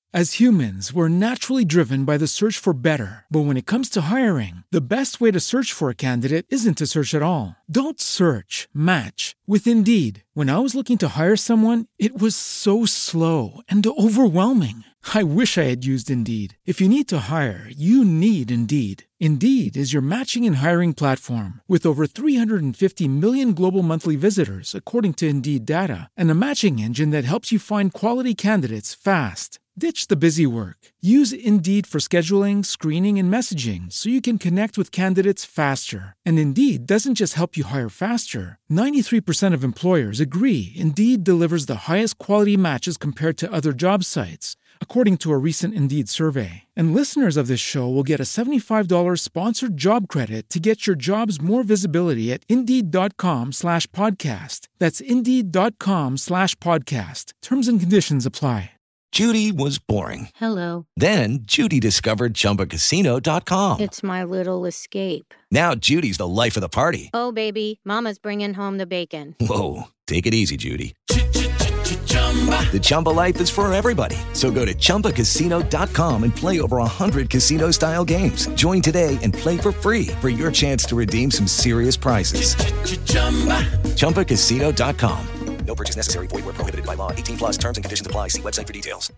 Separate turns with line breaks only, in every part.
As humans, we're naturally driven by the search for better. But when it comes to hiring, the best way to search for a candidate isn't to search at all. Don't search, match with Indeed. When I was looking to hire someone, it was so slow and overwhelming. I wish I had used Indeed. If you need to hire, you need Indeed. Indeed is your matching and hiring platform with over 350 million global monthly visitors, according to Indeed data, and a matching engine that helps you find quality candidates fast. Ditch the busy work. Use Indeed for scheduling, screening, and messaging so you can connect with candidates faster. And Indeed doesn't just help you hire faster. 93% of employers agree Indeed delivers the highest quality matches compared to other job sites, according to a recent Indeed survey. And listeners of this show will get a $75 sponsored job credit to get your jobs more visibility at Indeed.com/podcast. That's Indeed.com/podcast. Terms and conditions apply.
Judy was boring.
Hello.
Then Judy discovered ChumbaCasino.com.
It's my little escape.
Now Judy's the life of the party.
Oh, baby, mama's bringing home the bacon.
Whoa, take it easy, Judy. The Chumba life is for everybody. So go to ChumbaCasino.com and play over 100 casino-style games. Join today and play for free for your chance to redeem some serious prizes. ChumbaCasino.com. No purchase necessary. Void where prohibited by law. 18 plus terms and conditions apply. See website for details.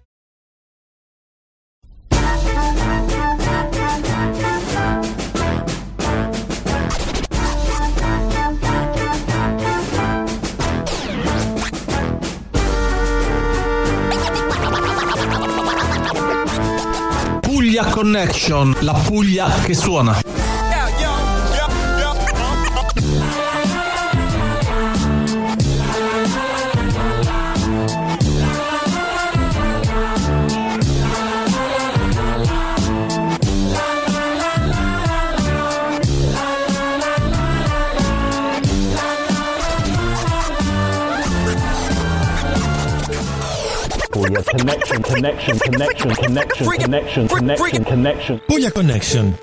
Puglia Connection, la Puglia che suona.
Puglia Connection.
Puglia Connection.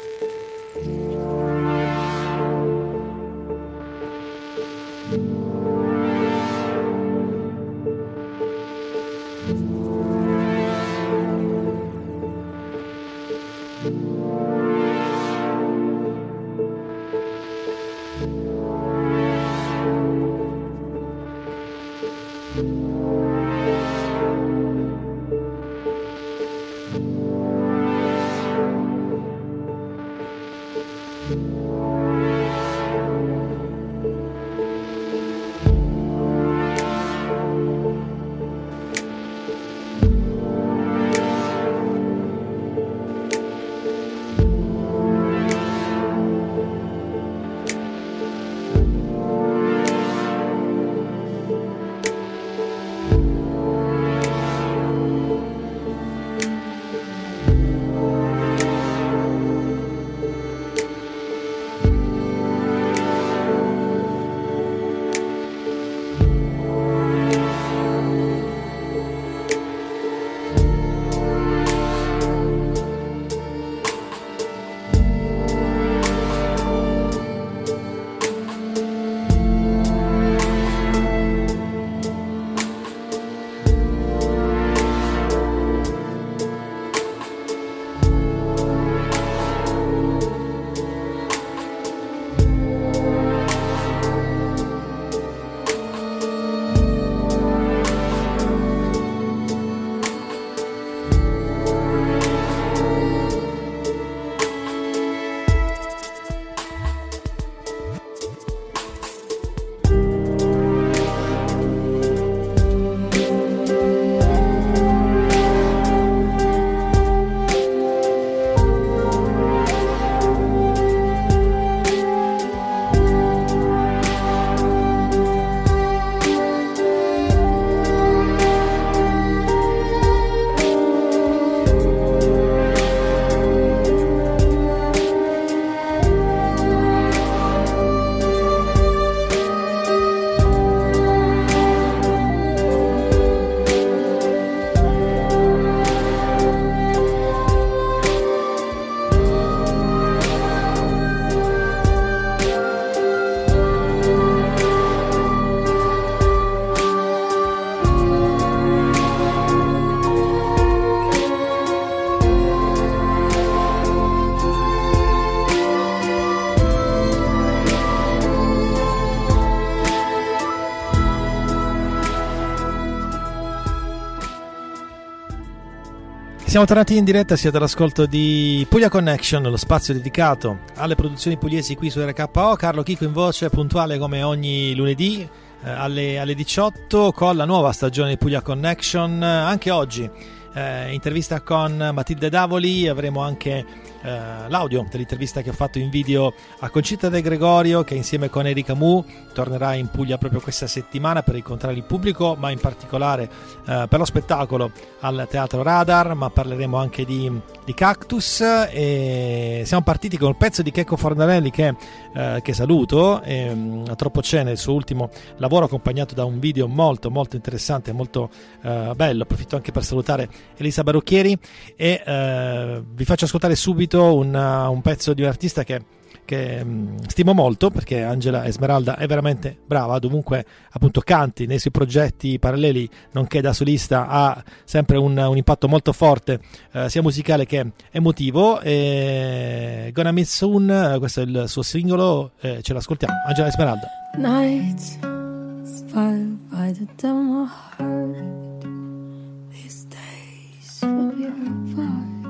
Siamo tornati in diretta, siete all'ascolto di Puglia Connection, lo spazio dedicato alle produzioni pugliesi qui su RKO. Carlo Chico in voce, puntuale come ogni lunedì alle 18 con la nuova stagione di Puglia Connection. Anche oggi intervista con Matilde Davoli, avremo anche l'audio dell'intervista che ho fatto in video a Concita De Gregorio, che insieme con Erika Mu tornerà in Puglia proprio questa settimana per incontrare il pubblico, ma in particolare per lo spettacolo al Teatro Radar. Ma parleremo anche di Cactus, e siamo partiti con il pezzo di Checco Fornarelli che saluto, a Troppo Cene, il suo ultimo lavoro, accompagnato da un video molto molto interessante, molto bello. Approfitto anche per salutare Elisa Barucchieri e vi faccio ascoltare subito un pezzo di un artista che stimo molto, perché Angela Esmeralda è veramente brava, dovunque appunto canti, nei suoi progetti paralleli nonché da solista ha sempre un impatto molto forte, sia musicale che emotivo. E Gonna Meet Soon, questo è il suo singolo, ce l'ascoltiamo. Angela Esmeralda.
Nights inspired by the dumb heart, these days when we were apart.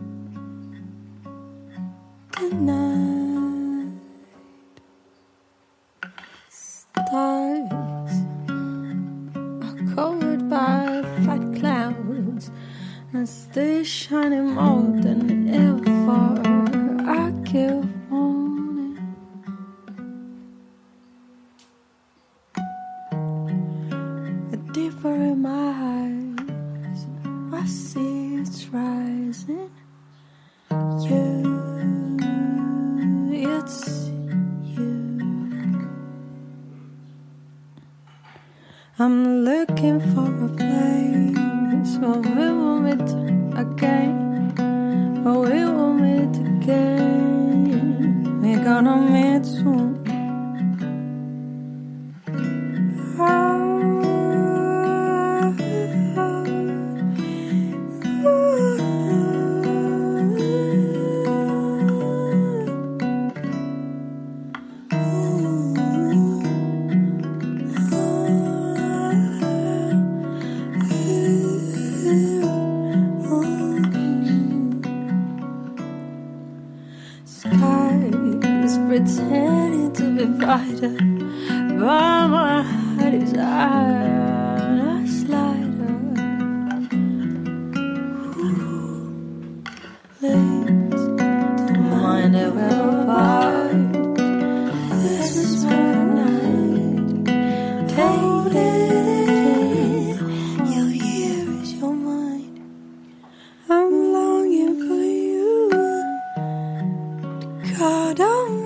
Good night. Stars are covered by fat clouds, and stay shining more than ever. I keep wanting. Deeper in my eyes, I see it's rising. It's you. I'm looking for a place where we will meet again, where we will meet again. We're gonna meet soon. Pretending to be brighter, but my heart is iron, a slider. Please don't mind if we're apart. This is my night. Take it, your ear is your mind. I'm longing for you to cuddle me.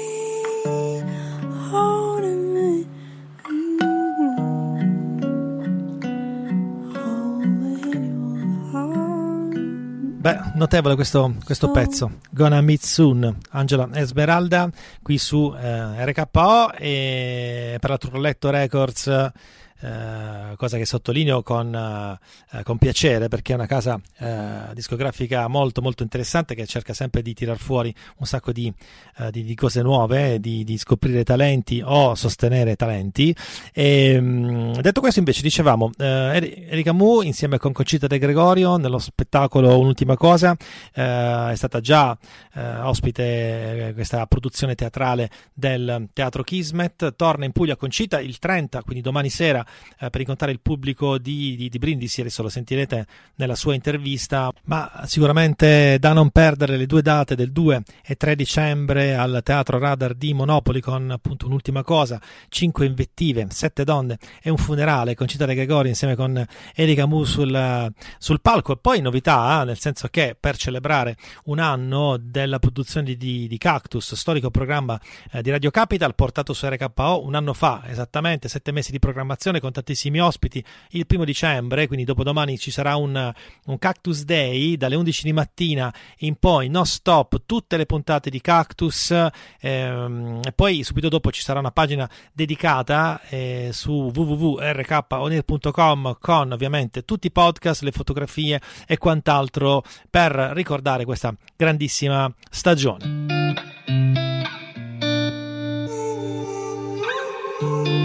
Beh, notevole questo pezzo, Gonna Meet Soon, Angela Esmeralda, qui su RKO, e per la Trulletto Records, cosa che sottolineo con piacere, perché è una casa discografica molto molto interessante, che cerca sempre di tirar fuori un sacco di cose nuove, di scoprire talenti o sostenere talenti. E detto questo, invece, dicevamo Erika Mu insieme con Concita De Gregorio nello spettacolo Un'ultima cosa, è stata già ospite questa produzione teatrale del Teatro Kismet. Torna in Puglia Concita il 30, quindi domani sera, per incontrare il pubblico di Brindisi. Adesso lo sentirete nella sua intervista, ma sicuramente da non perdere le due date del 2 e 3 dicembre al Teatro Radar di Monopoli, con appunto Un'ultima cosa, 5 invettive, 7 donne e un funerale, con Concita De Gregorio insieme con Erika Mu sul palco. E poi novità, nel senso che per celebrare un anno della produzione di Cactus, storico programma di Radio Capital, portato su RKO un anno fa, esattamente 7 mesi di programmazione con tantissimi ospiti, il 1 dicembre, quindi dopodomani, ci sarà un Cactus Day dalle 11 di mattina in poi, no stop, tutte le puntate di Cactus, e poi subito dopo ci sarà una pagina dedicata su www.rkoneer.com con ovviamente tutti i podcast, le fotografie e quant'altro per ricordare questa grandissima stagione.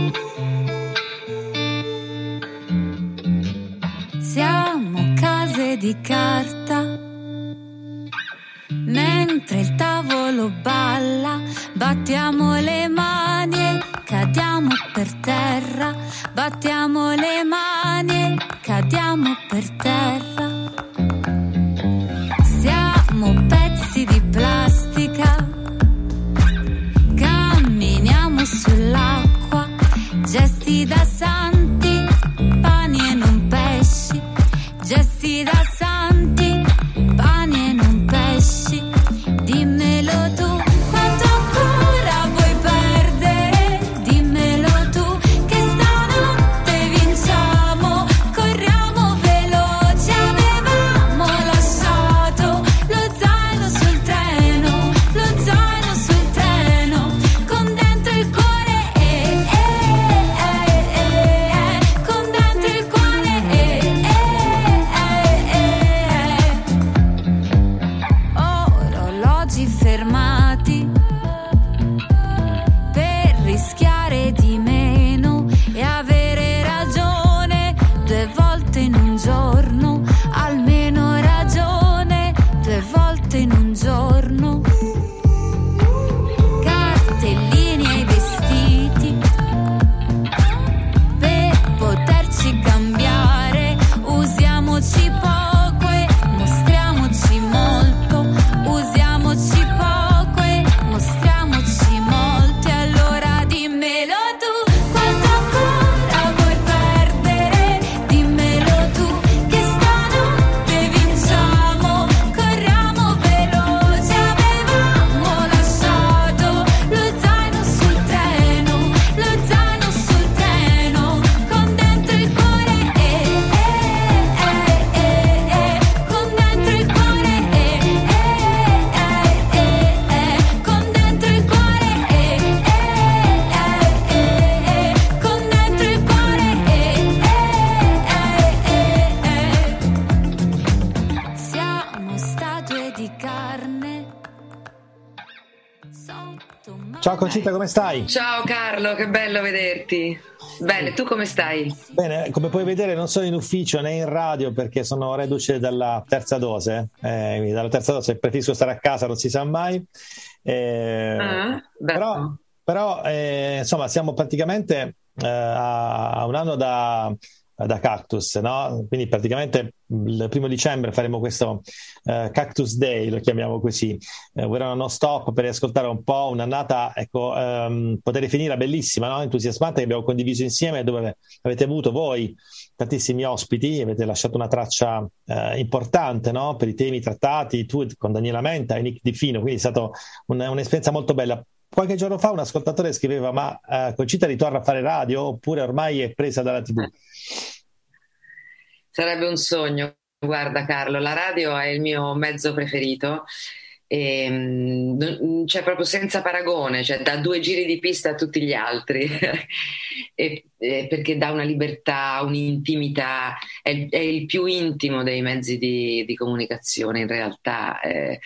Siamo case di carta. Mentre il tavolo balla, battiamo le mani e cadiamo per terra. Battiamo le mani e cadiamo per terra. Siamo pezzi di plastica, camminiamo sull'acqua, gesti da santi, pani e non pesci, gesti da santi, pani e non pesci. Dimmelo tu, quanto ancora vuoi perdere? Dimmelo tu, che stanotte vinciamo, corriamo veloci. Avevamo lasciato lo zaino sul treno, lo zaino sul treno, con dentro il cuore, con dentro il cuore, orologi fermati per rischiare di meno e avere ragione 2 volte in un giorno, almeno ragione 2 volte in un giorno. Cartellini ai vestiti per poterci cambiare, usiamoci poco e mostriamoci molto, usiamoci poco e mostriamoci molto. E allora dimmelo tu, quanto ancora vuoi perdere? Dimmelo tu, che stanotte vinciamo, corriamo veloci. Avevamo lasciato lo zaino sul treno, lo zaino sul treno, con dentro il cuore, con dentro il cuore, con dentro il cuore, con dentro il cuore. Siamo statue di carne sotto
Ciao Concita, come stai?
Ciao Carlo, che bello vederti. Bene, tu come stai?
Bene, come puoi vedere non sono in ufficio né in radio perché sono reduce dalla terza dose. Dalla terza dose preferisco stare a casa, non si sa mai. Però insomma siamo praticamente a un anno da Cactus, no? Quindi praticamente il 1° dicembre faremo questo Cactus Day, lo chiamiamo così, ovvero non stop per ascoltare un po' un'annata, ecco, potrei definirla bellissima, no? Entusiasmante, che abbiamo condiviso insieme, dove avete avuto voi tantissimi ospiti, avete lasciato una traccia importante, no? Per i temi trattati, tu con Daniela Menta e Nick Di Fino, quindi è stata un'esperienza molto bella. Qualche giorno fa un ascoltatore scriveva: ma Concita ritorna a fare radio oppure ormai è presa dalla TV?
Sarebbe un sogno. Guarda Carlo, la radio è il mio mezzo preferito, c'è proprio senza paragone, cioè dà 2 giri di pista a tutti gli altri perché dà una libertà, un'intimità, è il più intimo dei mezzi di comunicazione in realtà.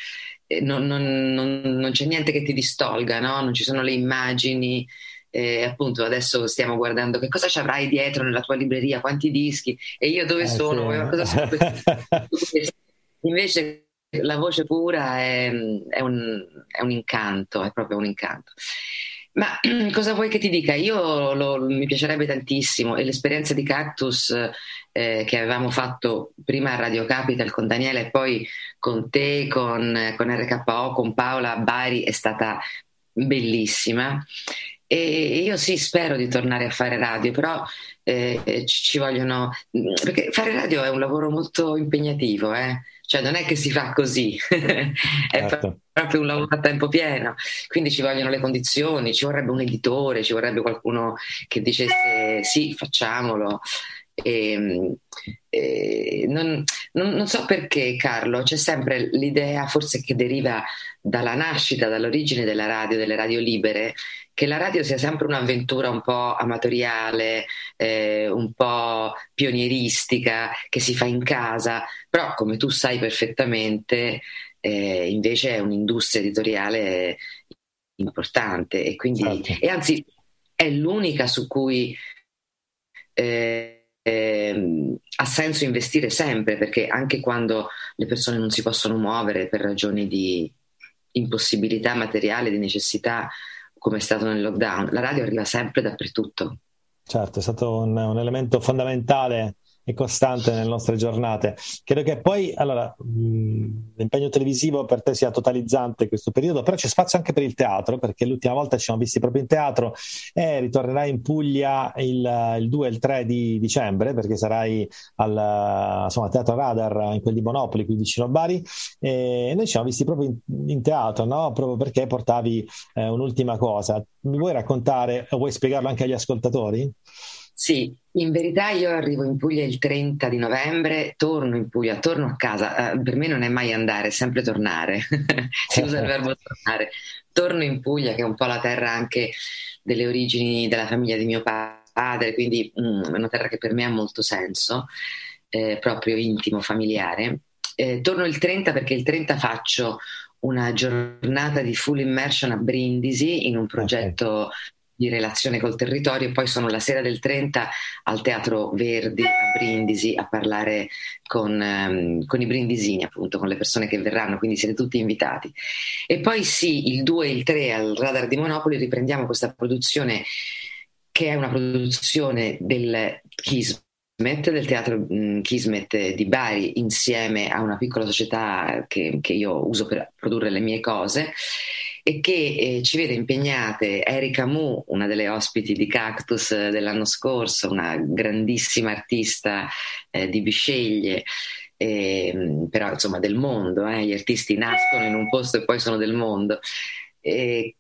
Non c'è niente che ti distolga, no? Non ci sono le immagini. Appunto adesso stiamo guardando che cosa ci avrai dietro nella tua libreria, quanti dischi, e io dove sono,
sì.
cosa sono questi? Invece la voce pura è un incanto, è proprio un incanto. Ma cosa vuoi che ti dica? Mi piacerebbe tantissimo, e l'esperienza di Cactus che avevamo fatto prima a Radio Capital con Daniele e poi con te, con RKO, con Paola a Bari, è stata bellissima. E io sì, spero di tornare a fare radio, però ci vogliono, perché fare radio è un lavoro molto impegnativo, cioè non è che si fa così, è
Certo.
proprio un lavoro a tempo pieno, quindi ci vogliono le condizioni, ci vorrebbe un editore, ci vorrebbe qualcuno che dicesse sì, facciamolo. Non so perché, Carlo, c'è sempre l'idea, forse che deriva dalla nascita, dall'origine della radio, delle radio libere, che la radio sia sempre un'avventura un po' amatoriale, un po' pionieristica, che si fa in casa, però come tu sai perfettamente, invece è un'industria editoriale importante, e quindi,
Certo.
e anzi è l'unica su cui ha senso investire sempre, perché anche quando le persone non si possono muovere per ragioni di impossibilità materiale, di necessità, come è stato nel lockdown, la radio arriva sempre dappertutto.
Certo, è stato un elemento fondamentale e costante nelle nostre giornate. Credo che poi, allora, l'impegno televisivo per te sia totalizzante in questo periodo, però c'è spazio anche per il teatro, perché l'ultima volta ci siamo visti proprio in teatro, e ritornerai in Puglia il 2 e il 3 di dicembre, perché sarai al Teatro Radar, in quel di Monopoli, qui vicino a Bari, e noi ci siamo visti proprio in teatro, no? Proprio perché portavi un'ultima cosa. Mi vuoi raccontare, o vuoi spiegarlo anche agli ascoltatori?
Sì, in verità io arrivo in Puglia il 30 di novembre, torno in Puglia, torno a casa. Per me non è mai andare, è sempre tornare. Si usa il verbo tornare. Torno in Puglia, che è un po' la terra anche delle origini della famiglia di mio padre, quindi è una terra che per me ha molto senso, proprio intimo, familiare. Torno il 30 perché il 30 faccio una giornata di full immersion a Brindisi in un progetto di relazione col territorio, e poi sono la sera del 30 al Teatro Verdi a Brindisi a parlare con i brindisini, appunto, con le persone che verranno, quindi siete tutti invitati. E poi sì, il 2 e il 3 al Radar di Monopoli riprendiamo questa produzione, che è una produzione del Kismet, del teatro Kismet di Bari, insieme a una piccola società che io uso per produrre le mie cose, e che ci vede impegnate Erika Mu, una delle ospiti di Cactus dell'anno scorso, una grandissima artista di Bisceglie, però insomma del mondo, gli artisti nascono in un posto e poi sono del mondo, e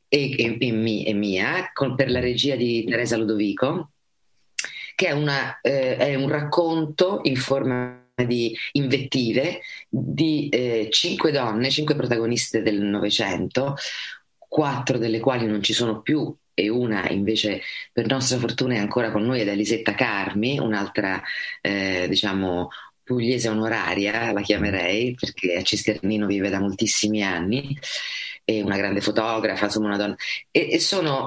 mia, per la regia di Teresa Ludovico, che è un racconto in forma di invettive di 5 donne, 5 protagoniste del Novecento, 4 delle quali non ci sono più e una invece per nostra fortuna è ancora con noi, ed è Lisetta Carmi, un'altra diciamo pugliese onoraria, la chiamerei, perché a Cisternino vive da moltissimi anni, è una grande fotografa, insomma una donna, e sono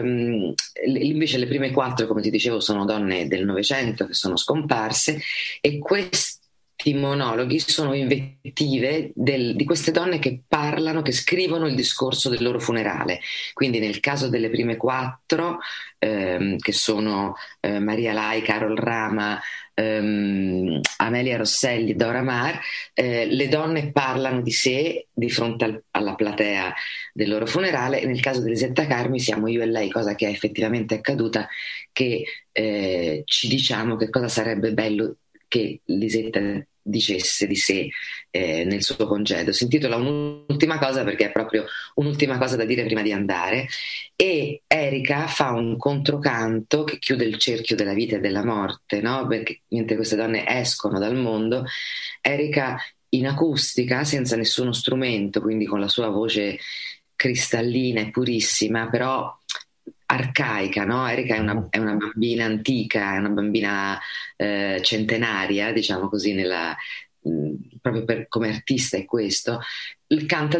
invece le prime 4, come ti dicevo, sono donne del Novecento che sono scomparse, e questi monologhi sono invettive di queste donne che parlano, che scrivono il discorso del loro funerale. Quindi nel caso delle prime 4, che sono Maria Lai, Carol Rama, Amelia Rosselli, Dora Maar, le donne parlano di sé di fronte alla platea del loro funerale. Nel caso di Lisetta Carmi siamo io e lei, cosa che è effettivamente accaduta, che ci diciamo che cosa sarebbe bello che Lisetta dicesse di sé nel suo congedo. Si intitola Un'ultima cosa perché è proprio un'ultima cosa da dire prima di andare, e Erika fa un controcanto che chiude il cerchio della vita e della morte, no? Perché mentre queste donne escono dal mondo, Erika in acustica, senza nessuno strumento, quindi con la sua voce cristallina e purissima, però arcaica, no? Erika è una bambina antica, è una bambina centenaria, diciamo così, proprio come artista è questo. Canta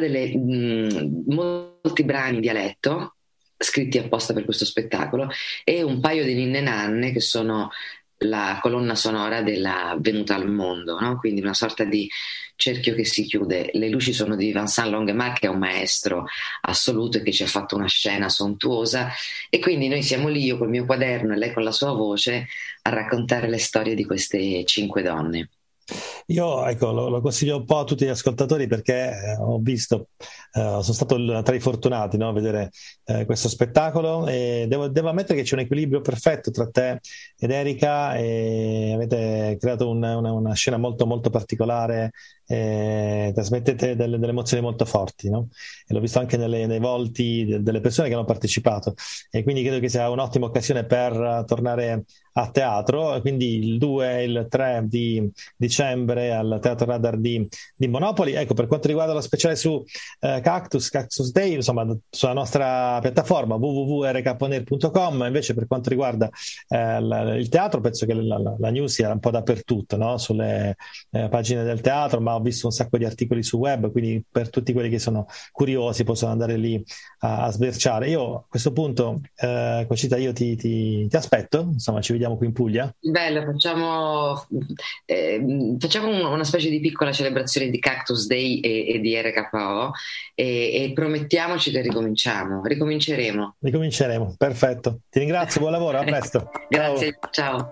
molti brani in dialetto scritti apposta per questo spettacolo, e un paio di ninne nanne che sono la colonna sonora della venuta al mondo, no? Quindi una sorta di cerchio che si chiude. Le luci sono di Vincent Longuemare, che è un maestro assoluto e che ci ha fatto una scena sontuosa, e quindi noi siamo lì, io col mio quaderno e lei con la sua voce, a raccontare le storie di queste 5 donne.
Io lo consiglio un po' a tutti gli ascoltatori, perché ho visto, sono stato tra i fortunati, no, a vedere questo spettacolo, e devo ammettere che c'è un equilibrio perfetto tra te ed Erika, e avete creato una scena molto molto particolare, trasmettete delle emozioni molto forti, no? E l'ho visto anche nei volti delle persone che hanno partecipato, e quindi credo che sia un'ottima occasione per tornare a teatro. Quindi il 2 e il 3 di dicembre al Teatro Radar di Monopoli. Ecco, per quanto riguarda lo speciale su Cactus Day, insomma, sulla nostra piattaforma www.rkponer.com. Invece per quanto riguarda il teatro, penso che la news sia un po' dappertutto, no? Sulle pagine del teatro, ma
ho visto un sacco di articoli su web, quindi per tutti quelli che sono curiosi possono andare lì a sbirciare. Io a questo punto, Conchita, io ti aspetto, insomma ci vediamo qui in Puglia.
Bello, facciamo una specie di piccola celebrazione di Cactus Day e di RKO e promettiamoci che ricominceremo.
Ricominceremo, perfetto. Ti ringrazio, buon lavoro, a presto.
Grazie, ciao.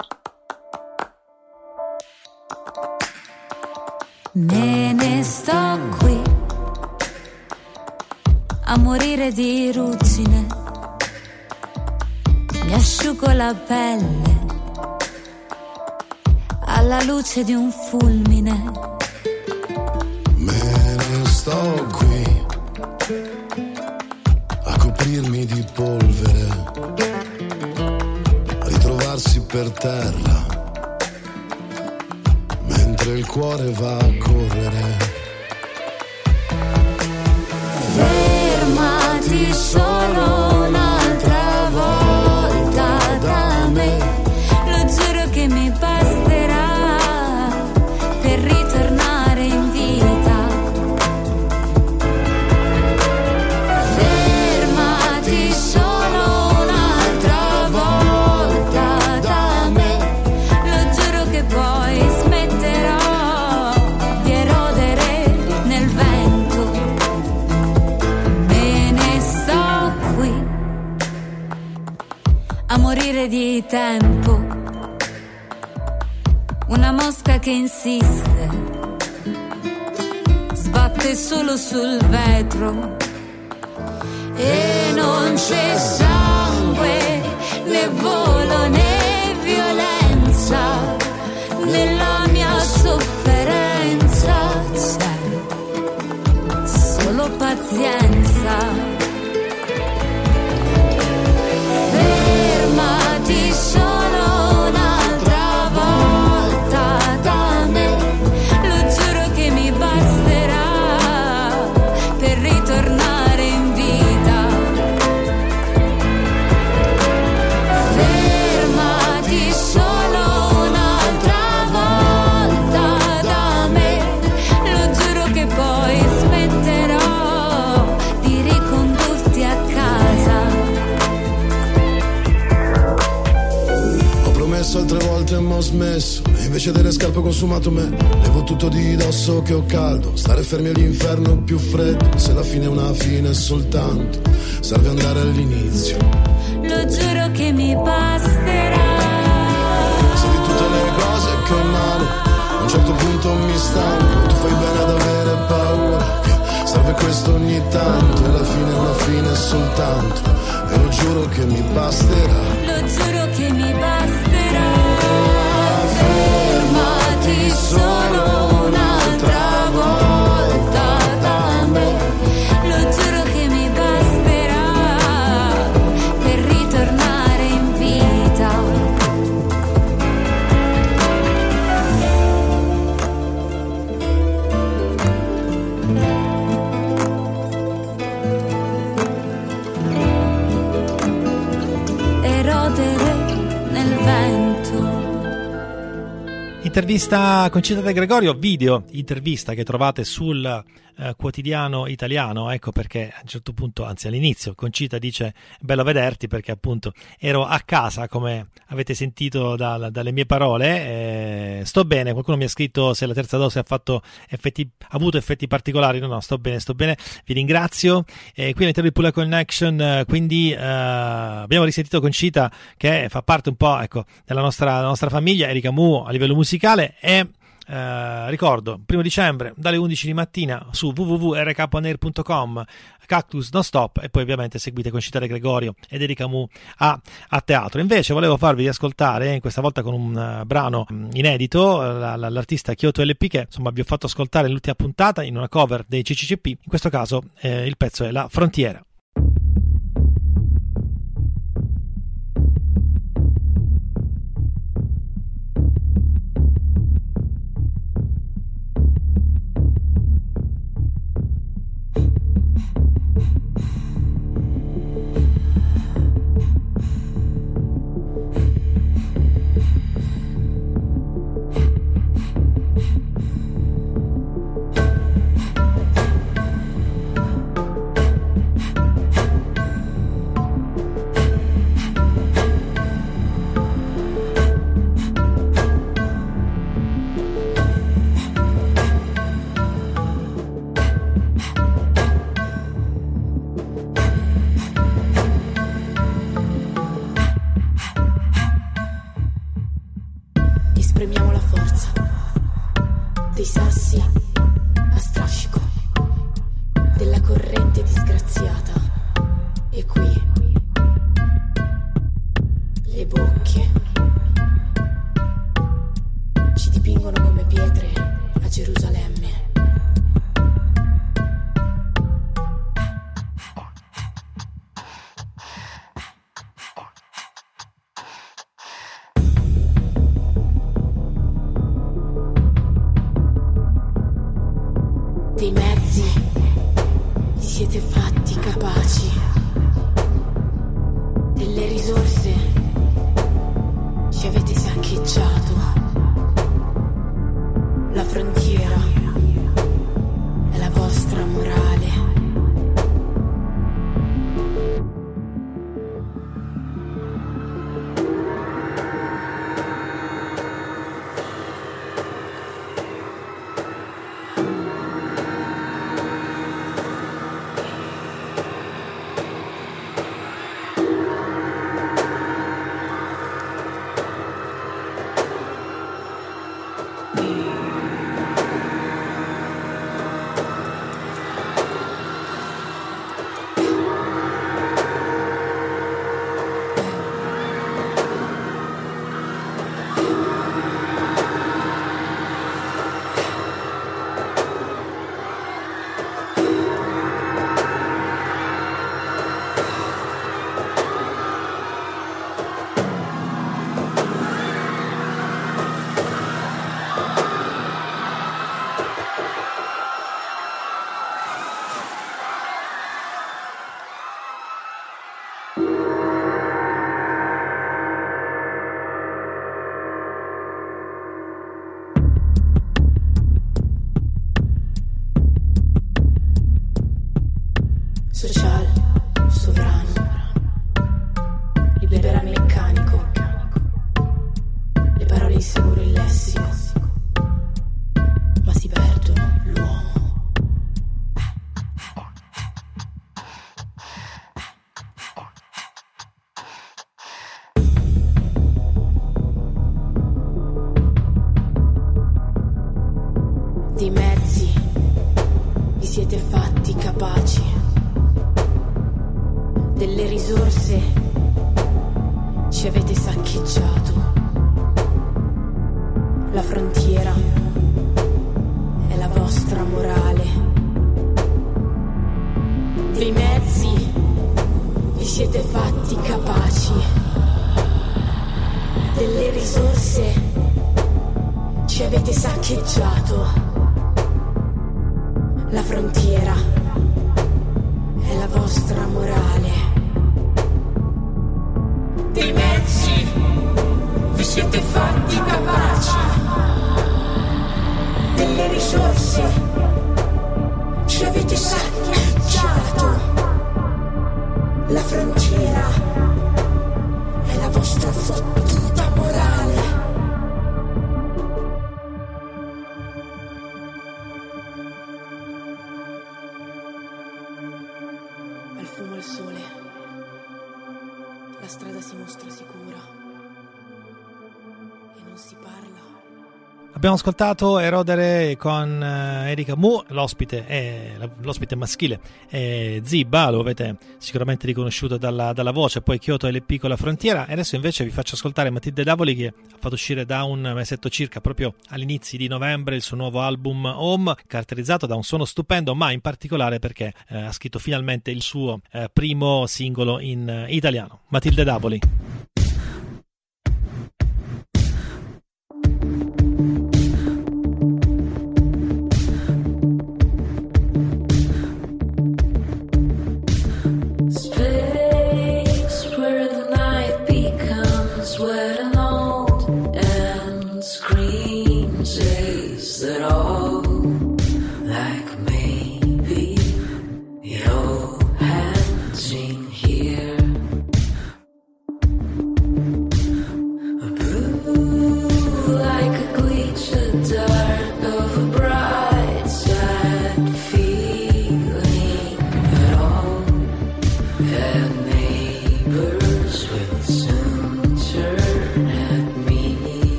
Me ne sto qui a morire di ruggine, mi asciugo la pelle alla luce di un fulmine.
Me ne sto qui a coprirmi di polvere, a ritrovarsi per terra mentre il cuore va a correre.
Fermati solo un'altra volta da me, lo giuro che mi basterà per ritornare in vita. Fermati solo un'altra volta da me, lo giuro che poi smetterò di erodere nel vento. Me ne sto qui a morire di tempo, una mosca che insiste, sbatte solo sul vetro e non c'è sangue, né volo né violenza, nella mia sofferenza c'è solo pazienza. Fermati solo un'altra volta da me, lo giuro che mi basterà per ritornare in vita. Fermati solo un'altra volta da me, lo giuro che poi smetterò di ricondurti a casa.
Ho promesso altre volte ma ho smesso, e invece delle scarpe ho consumato me. Levo tutto di dosso che ho caldo, stare fermi all'inferno più freddo. Se la fine è una fine soltanto, serve andare all'inizio.
Lo giuro che mi basterà.
Se di tutte le cose che ho male, a un certo punto mi stanco. Tu fai bene ad avere paura, che serve questo ogni tanto. E la fine è una fine soltanto, e lo giuro che mi basterà.
Lo giuro che mi basterà. Fermati solo un'altra volta da me, lo giuro che mi basterà per ritornare in vita. Erodere nel vento.
Intervista con Conchita De Gregorio, video intervista che trovate sul quotidiano italiano. Ecco perché a un certo punto, anzi all'inizio, Conchita dice bello vederti, perché appunto ero a casa, come avete sentito dalle mie parole. Sto bene. Qualcuno mi ha scritto se la terza dose ha avuto effetti particolari. No, sto bene, vi ringrazio. Qui all'interno di Puglia Connection, quindi abbiamo risentito Conchita, che fa parte un po', ecco, della nostra famiglia, Erika Mu a livello musicale. E ricordo, 1 dicembre dalle 11 di mattina su www.rknair.com, Cactus Non Stop, e poi ovviamente seguite Conchita De Gregorio ed Erika Mu a teatro. Invece volevo farvi ascoltare, questa volta con un brano inedito, l'artista Kyoto LP, che insomma vi ho fatto ascoltare nell'ultima puntata in una cover dei CCCP. In questo caso il pezzo è La Frontiera.
dei mezzi, vi siete fatti capaci, delle risorse, ci avete saccheggiato, la frontiera è la vostra morale. Social, sovrano, libera meccanico, le parole inseguro il lessico, ma si perdono l'uomo. Dei mezzi, vi siete fatti capaci, delle risorse, ci avete saccheggiato, la frontiera è la vostra morale, dei mezzi, vi siete fatti capaci, delle risorse, ci avete saccheggiato, la frontiera è la vostra morale, dei mezzi, vi siete fatti capaci, delle risorse, ci avete saccheggiato, la frontiera è la vostra fottuta morale. Al fumo al sole, la strada si mostra sicura e non si parla.
Abbiamo ascoltato Erodere con Erika Mu, l'ospite maschile è Ziba, lo avete sicuramente riconosciuto dalla voce, poi Kyoto e l'EP con la frontiera, e adesso invece vi faccio ascoltare Matilde Davoli, che ha fatto uscire da un mesetto circa, proprio all'inizio di novembre, il suo nuovo album Home, caratterizzato da un suono stupendo, ma in particolare perché ha scritto finalmente il suo primo singolo in italiano. Matilde Davoli.
Here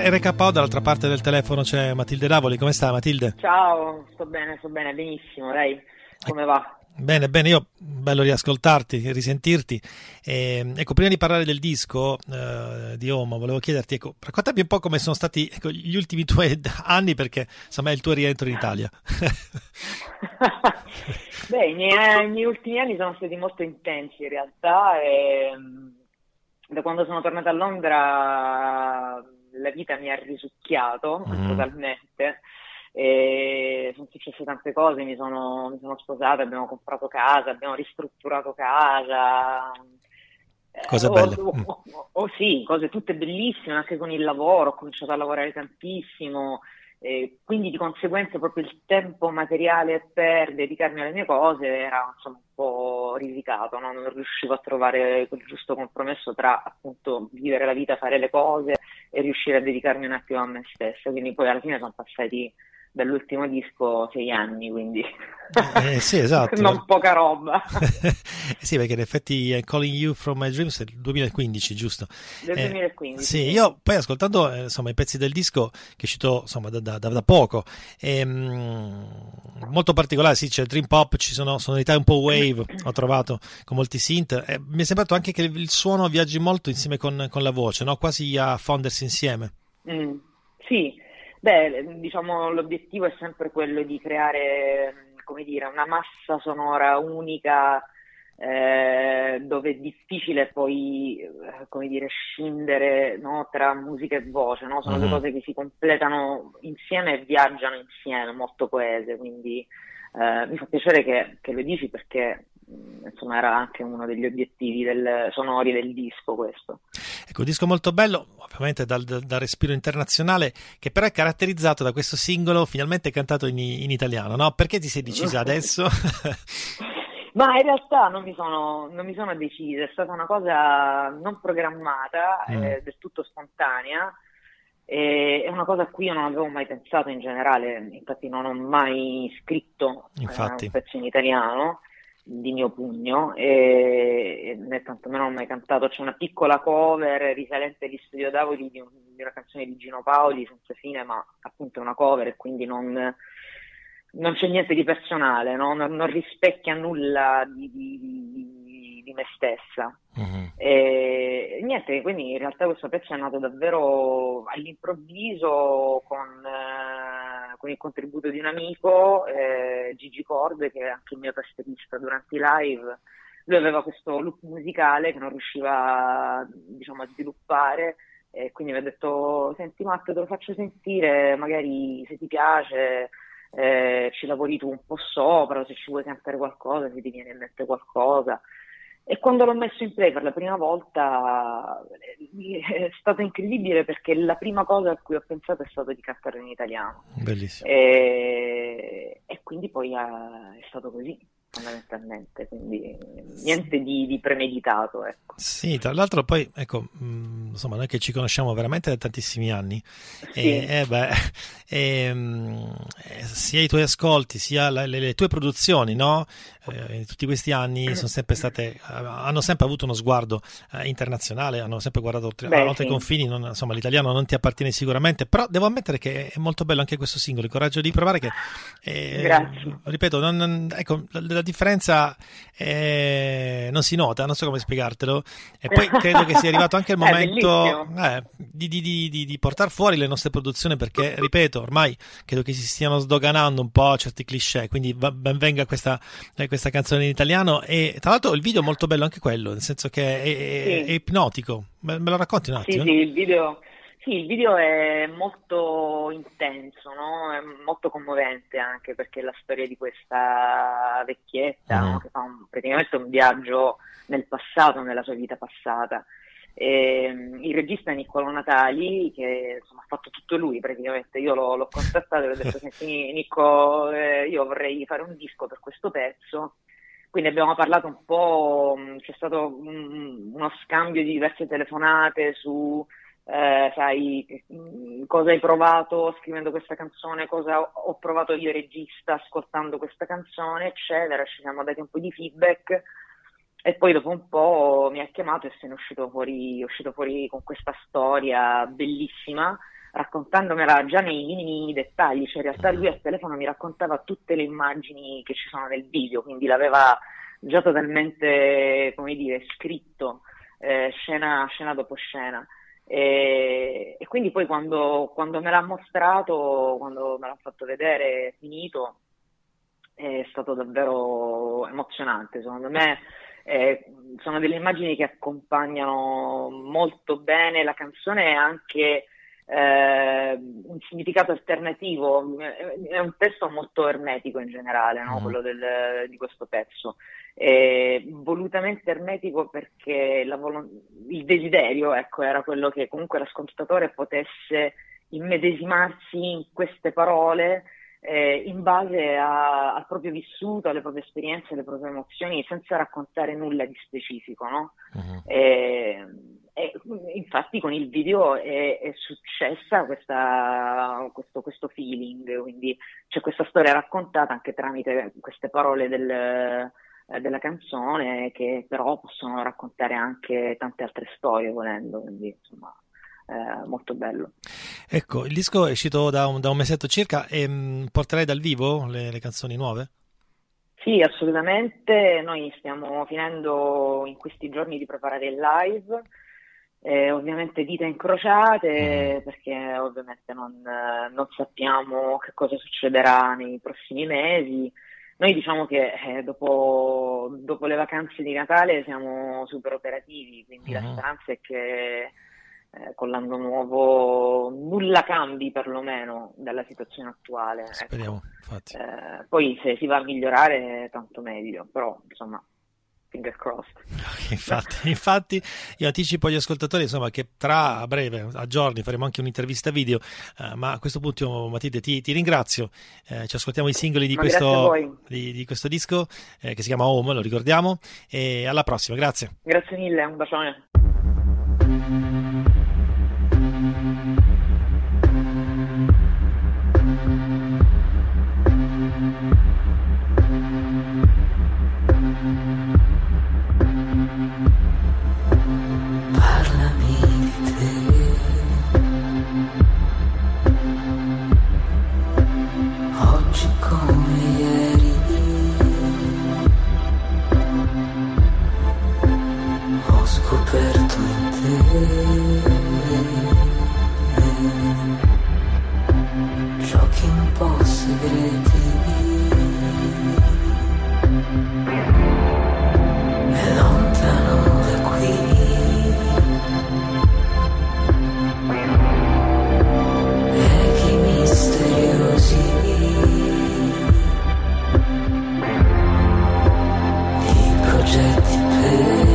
RKO, dall'altra parte del telefono c'è Matilde Davoli. Come sta, Matilde?
Ciao, sto bene, benissimo, lei come va?
Bene, io bello riascoltarti, risentirti. Ecco, prima di parlare del disco di Home, volevo chiederti, ecco, raccontami un po' come sono stati, ecco, gli ultimi tuoi anni, perché insomma è il tuo rientro in Italia.
Beh, i miei ultimi anni sono stati molto intensi in realtà, e da quando sono tornata a Londra la vita mi ha risucchiato totalmente. E sono successe tante cose, mi sono sposata, abbiamo comprato casa, abbiamo ristrutturato casa,
cose belle.
Sì, cose tutte bellissime, anche con il lavoro, ho cominciato a lavorare tantissimo, quindi di conseguenza proprio il tempo materiale per dedicarmi alle mie cose era insomma un po' risicato, no? Non riuscivo a trovare quel giusto compromesso tra appunto vivere la vita, fare le cose e riuscire a dedicarmi un attimo a me stessa, quindi poi alla fine sono passati dall'ultimo disco 6 anni, quindi
sì, esatto.
Non poca roba.
Sì, perché in effetti Calling You From My Dreams è il 2015, giusto?
Del 2015.
Sì, io poi ascoltando insomma i pezzi del disco che è uscito insomma da poco, molto particolare, sì, c'è Dream Pop, ci sono sonorità un po' wave, ho trovato, con molti synth, mi è sembrato anche che il suono viaggi molto insieme con la voce, no? Quasi a fondersi insieme.
Sì. Beh, diciamo l'obiettivo è sempre quello di creare, come dire, una massa sonora unica, dove è difficile poi, come dire, scindere, no, tra musica e voce, no? Sono due cose che si completano insieme e viaggiano insieme, molto coese, quindi mi fa piacere che lo dici, perché insomma era anche uno degli obiettivi sonori del disco questo.
Ecco, un disco molto bello, ovviamente dal respiro internazionale, che però è caratterizzato da questo singolo finalmente cantato in italiano, no? Perché ti sei decisa adesso?
Ma in realtà non mi sono decisa, è stata una cosa non programmata, del tutto spontanea, è una cosa a cui io non avevo mai pensato in generale, infatti non ho mai scritto un pezzo in italiano di mio pugno, e né tantomeno ho mai cantato. C'è una piccola cover risalente agli Studio Davoli di una canzone di Gino Paoli, Senza fine, ma appunto è una cover e quindi non c'è niente di personale, no? Non rispecchia nulla di me stessa. E niente, quindi in realtà questo pezzo è nato davvero all'improvviso con il contributo di un amico, Gigi Cord, che è anche il mio tastierista durante i live. Lui aveva questo loop musicale che non riusciva, diciamo, a sviluppare, e quindi mi ha detto: senti Matt, te lo faccio sentire, magari se ti piace ci lavori tu un po' sopra, se ci vuoi cantare qualcosa, se ti viene in mente qualcosa. E quando l'ho messo in play per la prima volta è stato incredibile, perché la prima cosa a cui ho pensato è stato di cantare in italiano.
Bellissimo.
E quindi poi è stato così, fondamentalmente, quindi niente di premeditato, ecco.
Sì, tra l'altro poi, ecco, insomma, noi che ci conosciamo veramente da tantissimi anni,
sì.
Sia i tuoi ascolti, sia le tue produzioni, no? In tutti questi anni sono sempre state, hanno sempre avuto uno sguardo internazionale, hanno sempre guardato oltre i confini, insomma l'italiano non ti appartiene sicuramente, però devo ammettere che è molto bello anche questo singolo, il coraggio di provare, che
grazie.
Ripeto, ecco, la differenza non si nota, non so come spiegartelo, e poi credo che sia arrivato anche il momento di portare fuori le nostre produzioni, perché ripeto, ormai credo che si stiano sdoganando un po' certi cliché, quindi ben venga questa canzone in italiano. E tra l'altro il video è molto bello anche quello, nel senso che è ipnotico. Me lo racconti un attimo?
Sì, il video è molto intenso, no? È molto commovente, anche perché è la storia di questa vecchietta, no? Che fa praticamente un viaggio nel passato, nella sua vita passata. Il regista è Niccolò Natali, che insomma ha fatto tutto lui praticamente. Io l'ho contattato e ho detto: senti Nicco, io vorrei fare un disco per questo pezzo. Quindi abbiamo parlato un po', c'è stato uno scambio di diverse telefonate su sai, cosa hai provato scrivendo questa canzone, cosa ho provato io regista ascoltando questa canzone, eccetera. Ci siamo dati un po' di feedback. E poi dopo un po' mi ha chiamato e se ne è uscito fuori con questa storia bellissima, raccontandomela già nei minimi dettagli, cioè in realtà lui al telefono mi raccontava tutte le immagini che ci sono nel video, quindi l'aveva già totalmente, come dire, scritto scena dopo scena. E quindi poi quando me l'ha mostrato, quando me l'ha fatto vedere finito, è stato davvero emozionante. Secondo me sono delle immagini che accompagnano molto bene la canzone e anche un significato alternativo. È un testo molto ermetico in generale, no? Quello di questo pezzo. Volutamente ermetico perché il desiderio, ecco, era quello che comunque l'ascoltatore potesse immedesimarsi in queste parole in base al proprio vissuto, alle proprie esperienze, alle proprie emozioni, senza raccontare nulla di specifico, no? E infatti con il video è successa questo feeling, quindi c'è questa storia raccontata anche tramite queste parole della canzone, che però possono raccontare anche tante altre storie volendo, quindi insomma molto bello.
Ecco, il disco è uscito da un mesetto circa e porterai dal vivo le canzoni nuove?
Sì, assolutamente. Noi stiamo finendo in questi giorni di preparare il live, ovviamente dita incrociate, perché ovviamente non sappiamo che cosa succederà nei prossimi mesi. Noi diciamo che dopo le vacanze di Natale siamo super operativi, quindi la speranza è che con l'anno nuovo nulla cambi perlomeno dalla situazione attuale.
Speriamo, infatti.
Poi se si va a migliorare tanto meglio, però insomma fingers crossed.
Infatti io anticipo agli ascoltatori insomma che a breve, a giorni, faremo anche un'intervista video, ma a questo punto Matilde ti ringrazio. Ci ascoltiamo i singoli di questo disco che si chiama Home, lo ricordiamo, e alla prossima. Grazie
mille, un bacione.
Scoperto in te giochi un po' segreti e lontano da qui echi misteriosi di progetti per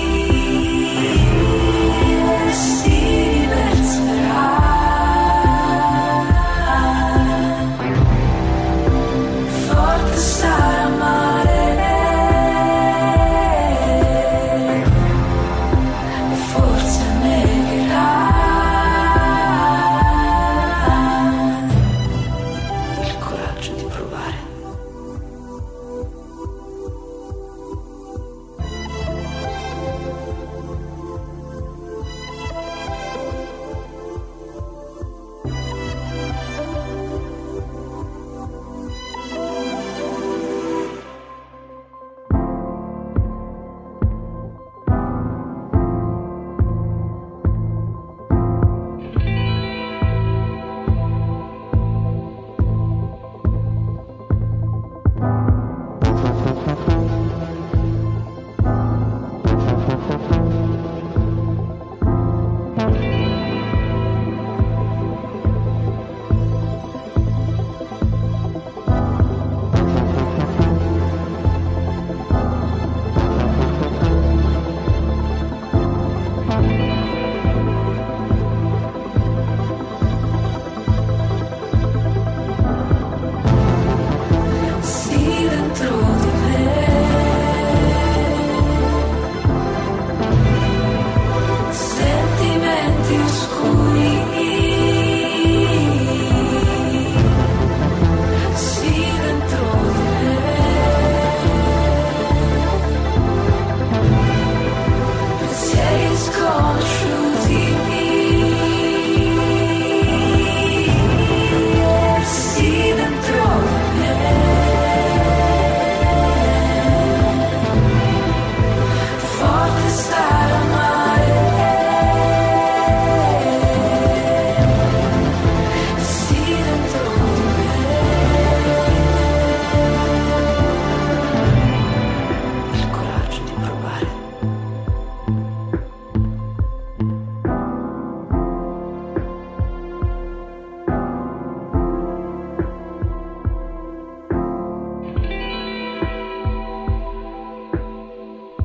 si riverserà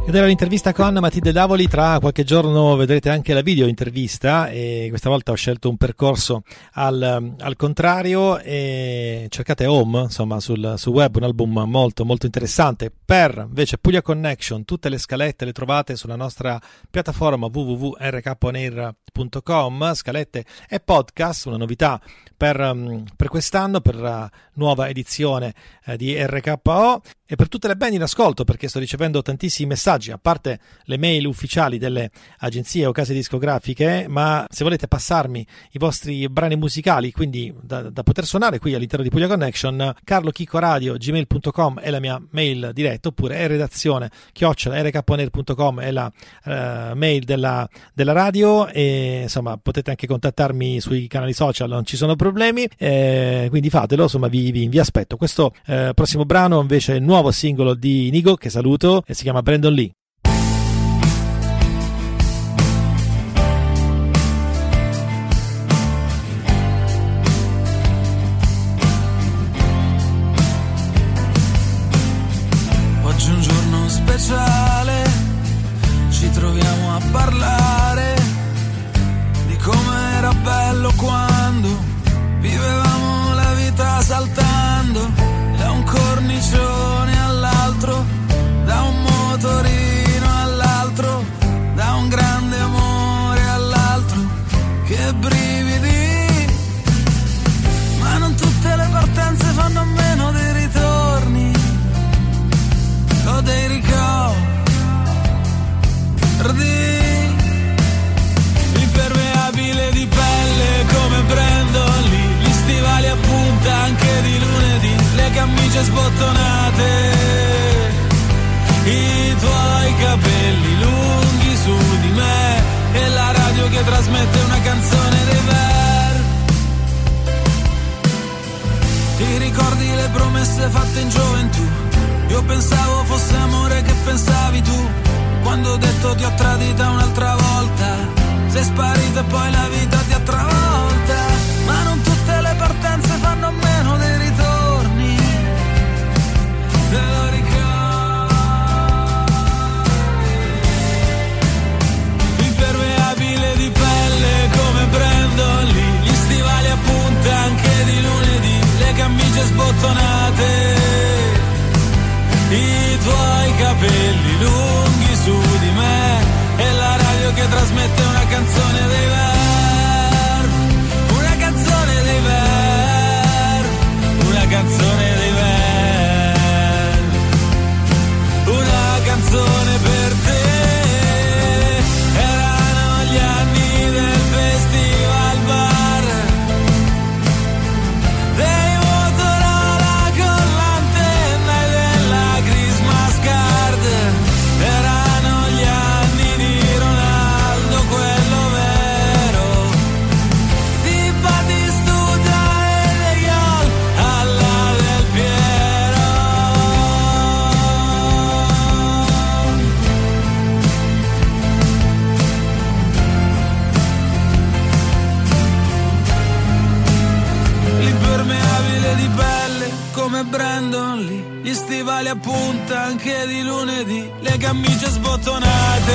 Ed era l'intervista con Matilde Davoli. Tra qualche giorno vedrete anche la video intervista, e questa volta ho scelto un percorso al contrario, e cercate Home, insomma, sul web, un album molto molto interessante. Per invece Puglia Connection, tutte le scalette le trovate sulla nostra piattaforma www.rkonair.com, scalette e podcast, una novità per quest'anno, per la nuova edizione di RKO, e per tutte le band in ascolto, perché sto ricevendo tantissimi messaggi, a parte le mail ufficiali delle agenzie o case discografiche, ma se volete passarmi i vostri brani musicali, quindi da poter suonare qui all'interno di Puglia Connection, carlochiccoradio@gmail.com è la mia mail diretta, oppure redazione@rkonair.com è la mail della radio, e insomma potete anche contattarmi sui canali social, non ci sono problemi, quindi fatelo, insomma vi aspetto. Questo prossimo brano invece è il nuovo singolo di Inigo, che saluto, e si chiama Brandon Lee.
Oggi è un giorno speciale, ci troviamo a parlare di come era bello quando vivevamo la vita saltando da un cornicione all'altro, da un motorino all'altro, da un grande amore all'altro. Che brividi, ma non tutte le partenze fanno a meno dei ritorni o dei ricordi. Impermeabile di pelle come Brandon Lee, gli stivali a punta anche di lunedì, le camicie sbottonate, i tuoi capelli lunghi su di me, e la radio che trasmette una canzone dei Verve. Ti ricordi le promesse fatte in gioventù? Io pensavo fosse amore che pensavi tu, quando ho detto ti ho tradita un'altra volta, sei sparita e poi la vita ti ha travolta. Ma non tutte le partenze fanno a meno dei ritorni, te lo ricordi. Impermeabile di pelle come Brandon Lee, gli stivali a punta anche di lunedì, le camicie sbottonate, i tuoi capelli lunghi su di me, e la radio che trasmette una canzone dei Verve, una canzone dei Verve, una canzone dei Verve, una canzone per te. Erano gli anni del festival bar, dei Motorola con l'antenna e della Christmas card. Erano gli anni di Ronaldo, quello vero, di Batistuta e dei gol alla Del Piero. L'impermeabile di pelle come Brandon Lee, gli stivali a punta anche di lunedì, le camicie sbottonate,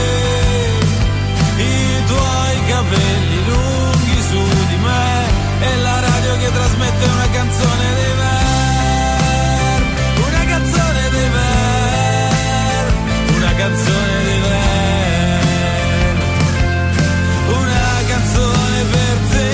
i tuoi capelli lunghi su di me, e la radio che trasmette una canzone dei Verve, una canzone dei Verve, una canzone dei Verve, una canzone per te.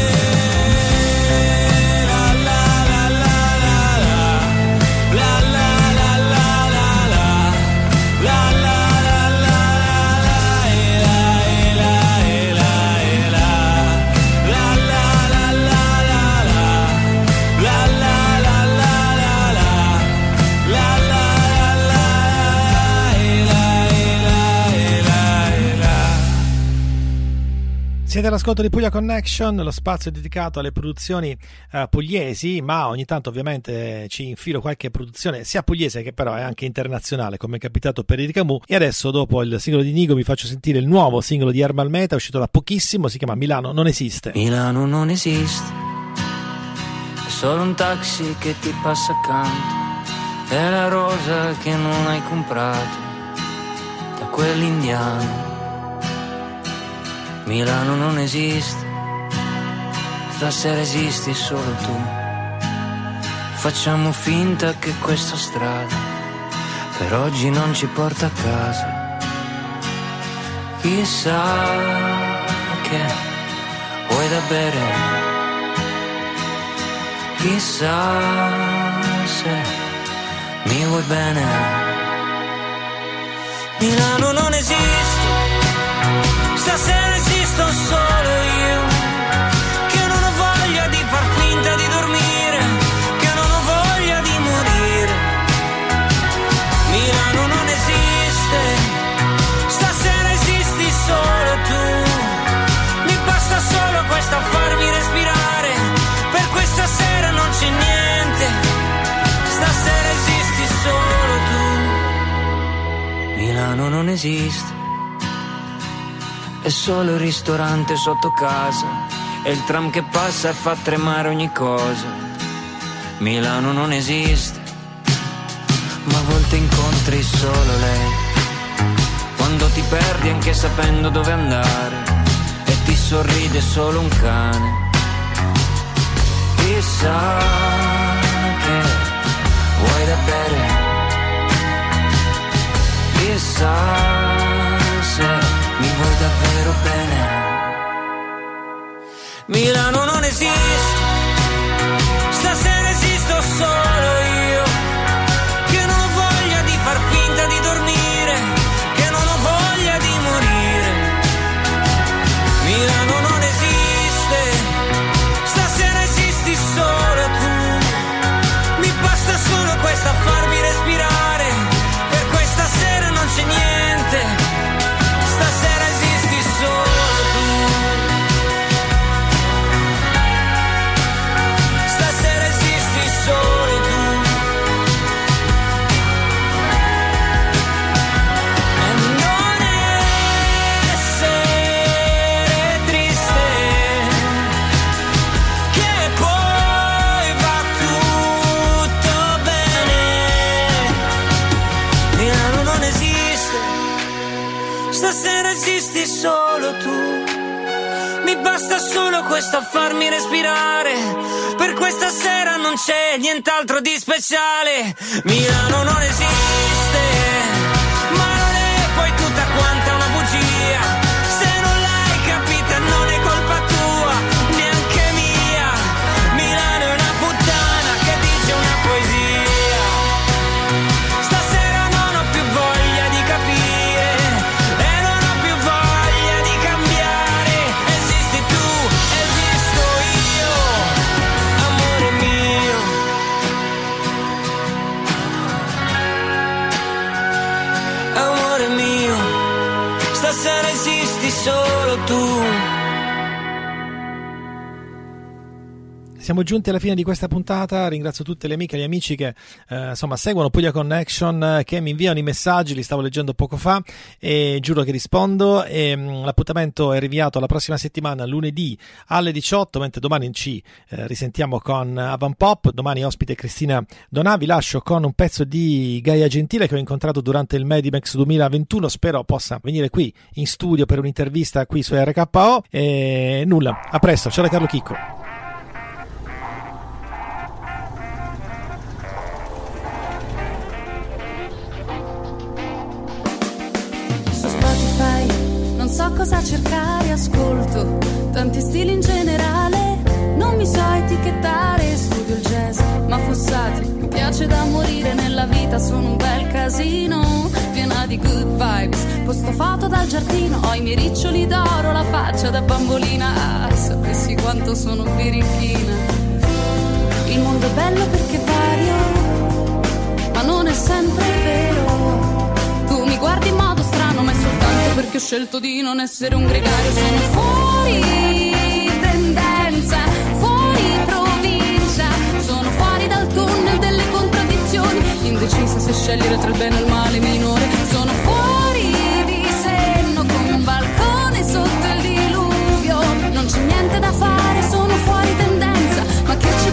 Siete all'ascolto di Puglia Connection, lo spazio dedicato alle produzioni pugliesi, ma ogni tanto ovviamente ci infilo qualche produzione sia pugliese che però è anche internazionale, come è capitato per Erika Mu. E adesso, dopo il singolo di Nigo, vi faccio sentire il nuovo singolo di Ermal Meta, uscito da pochissimo, si chiama Milano non esiste.
Milano non esiste, è solo un taxi che ti passa accanto, è la rosa che non hai comprato, quell'indiano. Milano non esiste, stasera esisti solo tu. Facciamo finta che questa strada per oggi non ci porta a casa. Chissà che vuoi da bere, chissà se mi vuoi bene. Milano non esiste, stasera esisto solo io, che non ho voglia di far finta di dormire, che non ho voglia di morire. Milano non esiste, stasera esisti solo tu. Mi basta solo questo a farmi respirare, per questa sera non c'è niente, stasera esisti solo tu. Milano non esiste, è solo il ristorante sotto casa e il tram che passa e fa tremare ogni cosa. Milano non esiste, ma a volte incontri solo lei, quando ti perdi anche sapendo dove andare e ti sorride solo un cane. Chissà che vuoi da bere, chissà se mi vuoi davvero bene. Milano non esiste, stasera esisto solo io, che non ho voglia di far finta di dormire, che non ho voglia di morire. Milano non esiste, stasera esisti solo tu. Mi basta solo questo a farmi respirare, per questa sera non c'è niente, stasera esisti solo tu. Stasera esisti solo tu. E non essere triste, che poi va tutto bene. Milano non esiste, stasera esisti solo tu. Mi basta solo questo a farmi respirare, per questa sera non c'è nient'altro di speciale. Milano non esiste, ma non è poi tutta quanta una bugia. Se non l'hai capita non è colpa tua, neanche mia. Milano è una puttana che dice una poesia. Stasera non ho più voglia di capire e non ho più voglia di cambiare. Esisti tu, esisto io, amore mio. Amore mio, stasera esisti solo tu.
Siamo giunti alla fine di questa puntata. Ringrazio tutte le amiche e gli amici che insomma seguono Puglia Connection, che mi inviano i messaggi, li stavo leggendo poco fa e giuro che rispondo. L'appuntamento è rinviato alla prossima settimana, lunedì alle 18, mentre domani ci risentiamo con Avan Pop. Domani ospite Cristina Donà. Vi lascio con un pezzo di Gaia Gentile che ho incontrato durante il Medimex 2021, spero possa venire qui in studio per un'intervista qui su RKO. E nulla, a presto, ciao da Carlo Chicco.
Non so cosa cercare, ascolto tanti stili in generale, non mi so etichettare, studio il jazz, ma Fossati mi piace da morire, nella vita sono un bel casino, piena di good vibes, posto foto dal giardino, ho i miei riccioli d'oro, la faccia da bambolina, sapessi quanto sono birichina. Il mondo è bello perché vario, ma non è sempre vero, tu mi guardi in modo strano, ma è soltanto perché ho scelto di non essere un gregario. Sono fuori tendenza, fuori provincia, sono fuori dal tunnel delle contraddizioni, indecisa se scegliere tra il bene e il male minore. Sono fuori di senno come un balcone sotto il diluvio, non c'è niente da fare, sono fuori tendenza, ma che ci posso fare?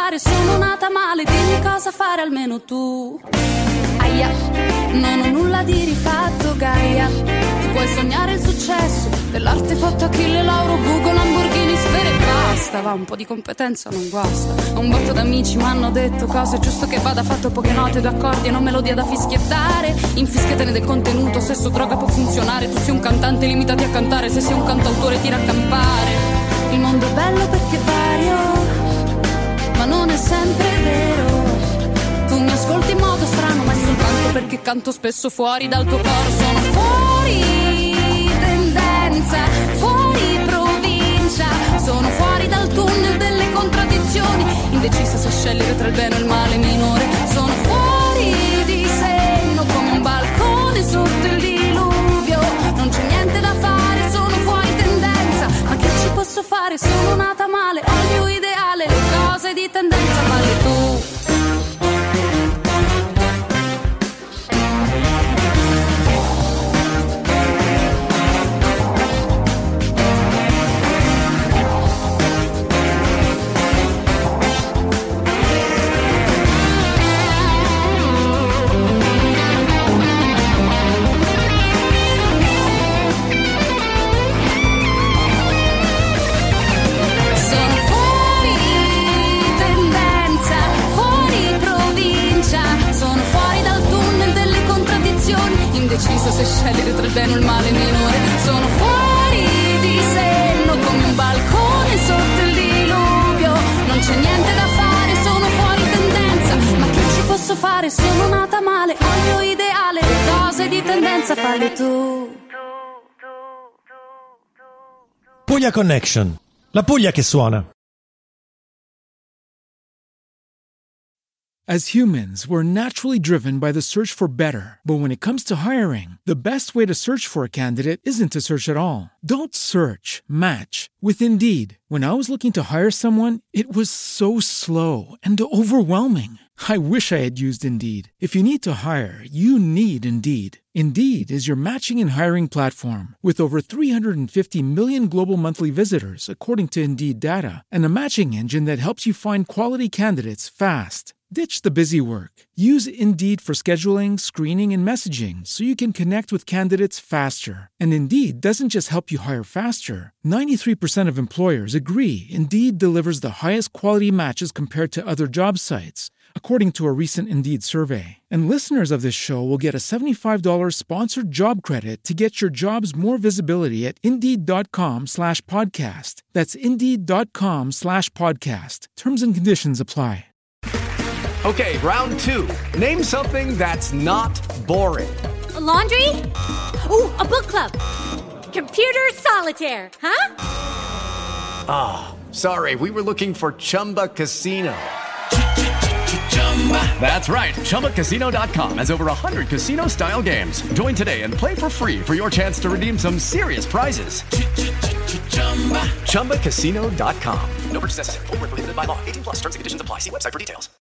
fare, sono nata male, dimmi cosa fare almeno tu. Aia, non ho nulla di rifatto, Gaia. Tu puoi sognare il successo dell'arte fatta Achille, Lauro, Bugo, Lamborghini, sfere e basta. Va, un po' di competenza non guasta. Un botto d'amici mi hanno detto cose, è giusto che vada fatto poche note, due accordi e non melodia da fischiettare. Infischiatene del contenuto, sesso, droga può funzionare. Tu sei un cantante, limitati a cantare, se sei un cantautore tira a campare. Il mondo è bello perché vario, ma non è sempre vero. Tu mi ascolti in modo strano, ma è soltanto perché canto spesso fuori dal tuo coro. Sono fuori tendenza, fuori provincia, sono fuori dal tunnel delle contraddizioni, indecisa se scegliere tra il bene e il male minore. Sono fuori di senno come un balcone sotto il diluvio, non c'è niente da fare, sono fuori tendenza, ma che ci posso fare? Sono nata male, ho il mio ideale, le cose di tendenza falli tu. Indeciso se scegliere tra il bene o il male minore. Sono fuori di senno come un balcone sotto il diluvio, non c'è niente da fare, sono fuori tendenza, ma che ci posso fare? Sono nata male, ho il mio ideale, le cose di tendenza falli tu.
Puglia Connection, la Puglia che suona.
As humans, we're naturally driven by the search for better. But when it comes to hiring, the best way to search for a candidate isn't to search at all. Don't search, match with Indeed. When I was looking to hire someone, it was so slow and overwhelming. I wish I had used Indeed. If you need to hire, you need Indeed. Indeed is your matching and hiring platform with over 350 million global monthly visitors, according to Indeed data, and a matching engine that helps you find quality candidates fast. Ditch the busy work. Use Indeed for scheduling, screening, and messaging so you can connect with candidates faster. And Indeed doesn't just help you hire faster. 93% of employers agree Indeed delivers the highest quality matches compared to other job sites, according to a recent Indeed survey. And listeners of this show will get a $75 sponsored job credit to get your jobs more visibility at Indeed.com/podcast. That's Indeed.com/podcast. Terms and conditions apply.
Okay, round two. Name something that's not boring.
A laundry? Ooh, a book club. Computer solitaire, huh?
Ah, oh, sorry, we were looking for Chumba Casino. That's right, ChumbaCasino.com has over 100 casino-style games. Join today and play for free for your chance to redeem some serious prizes. ChumbaCasino.com. No purchase necessary. Void where prohibited by law. 18+ terms and conditions apply. See website for details.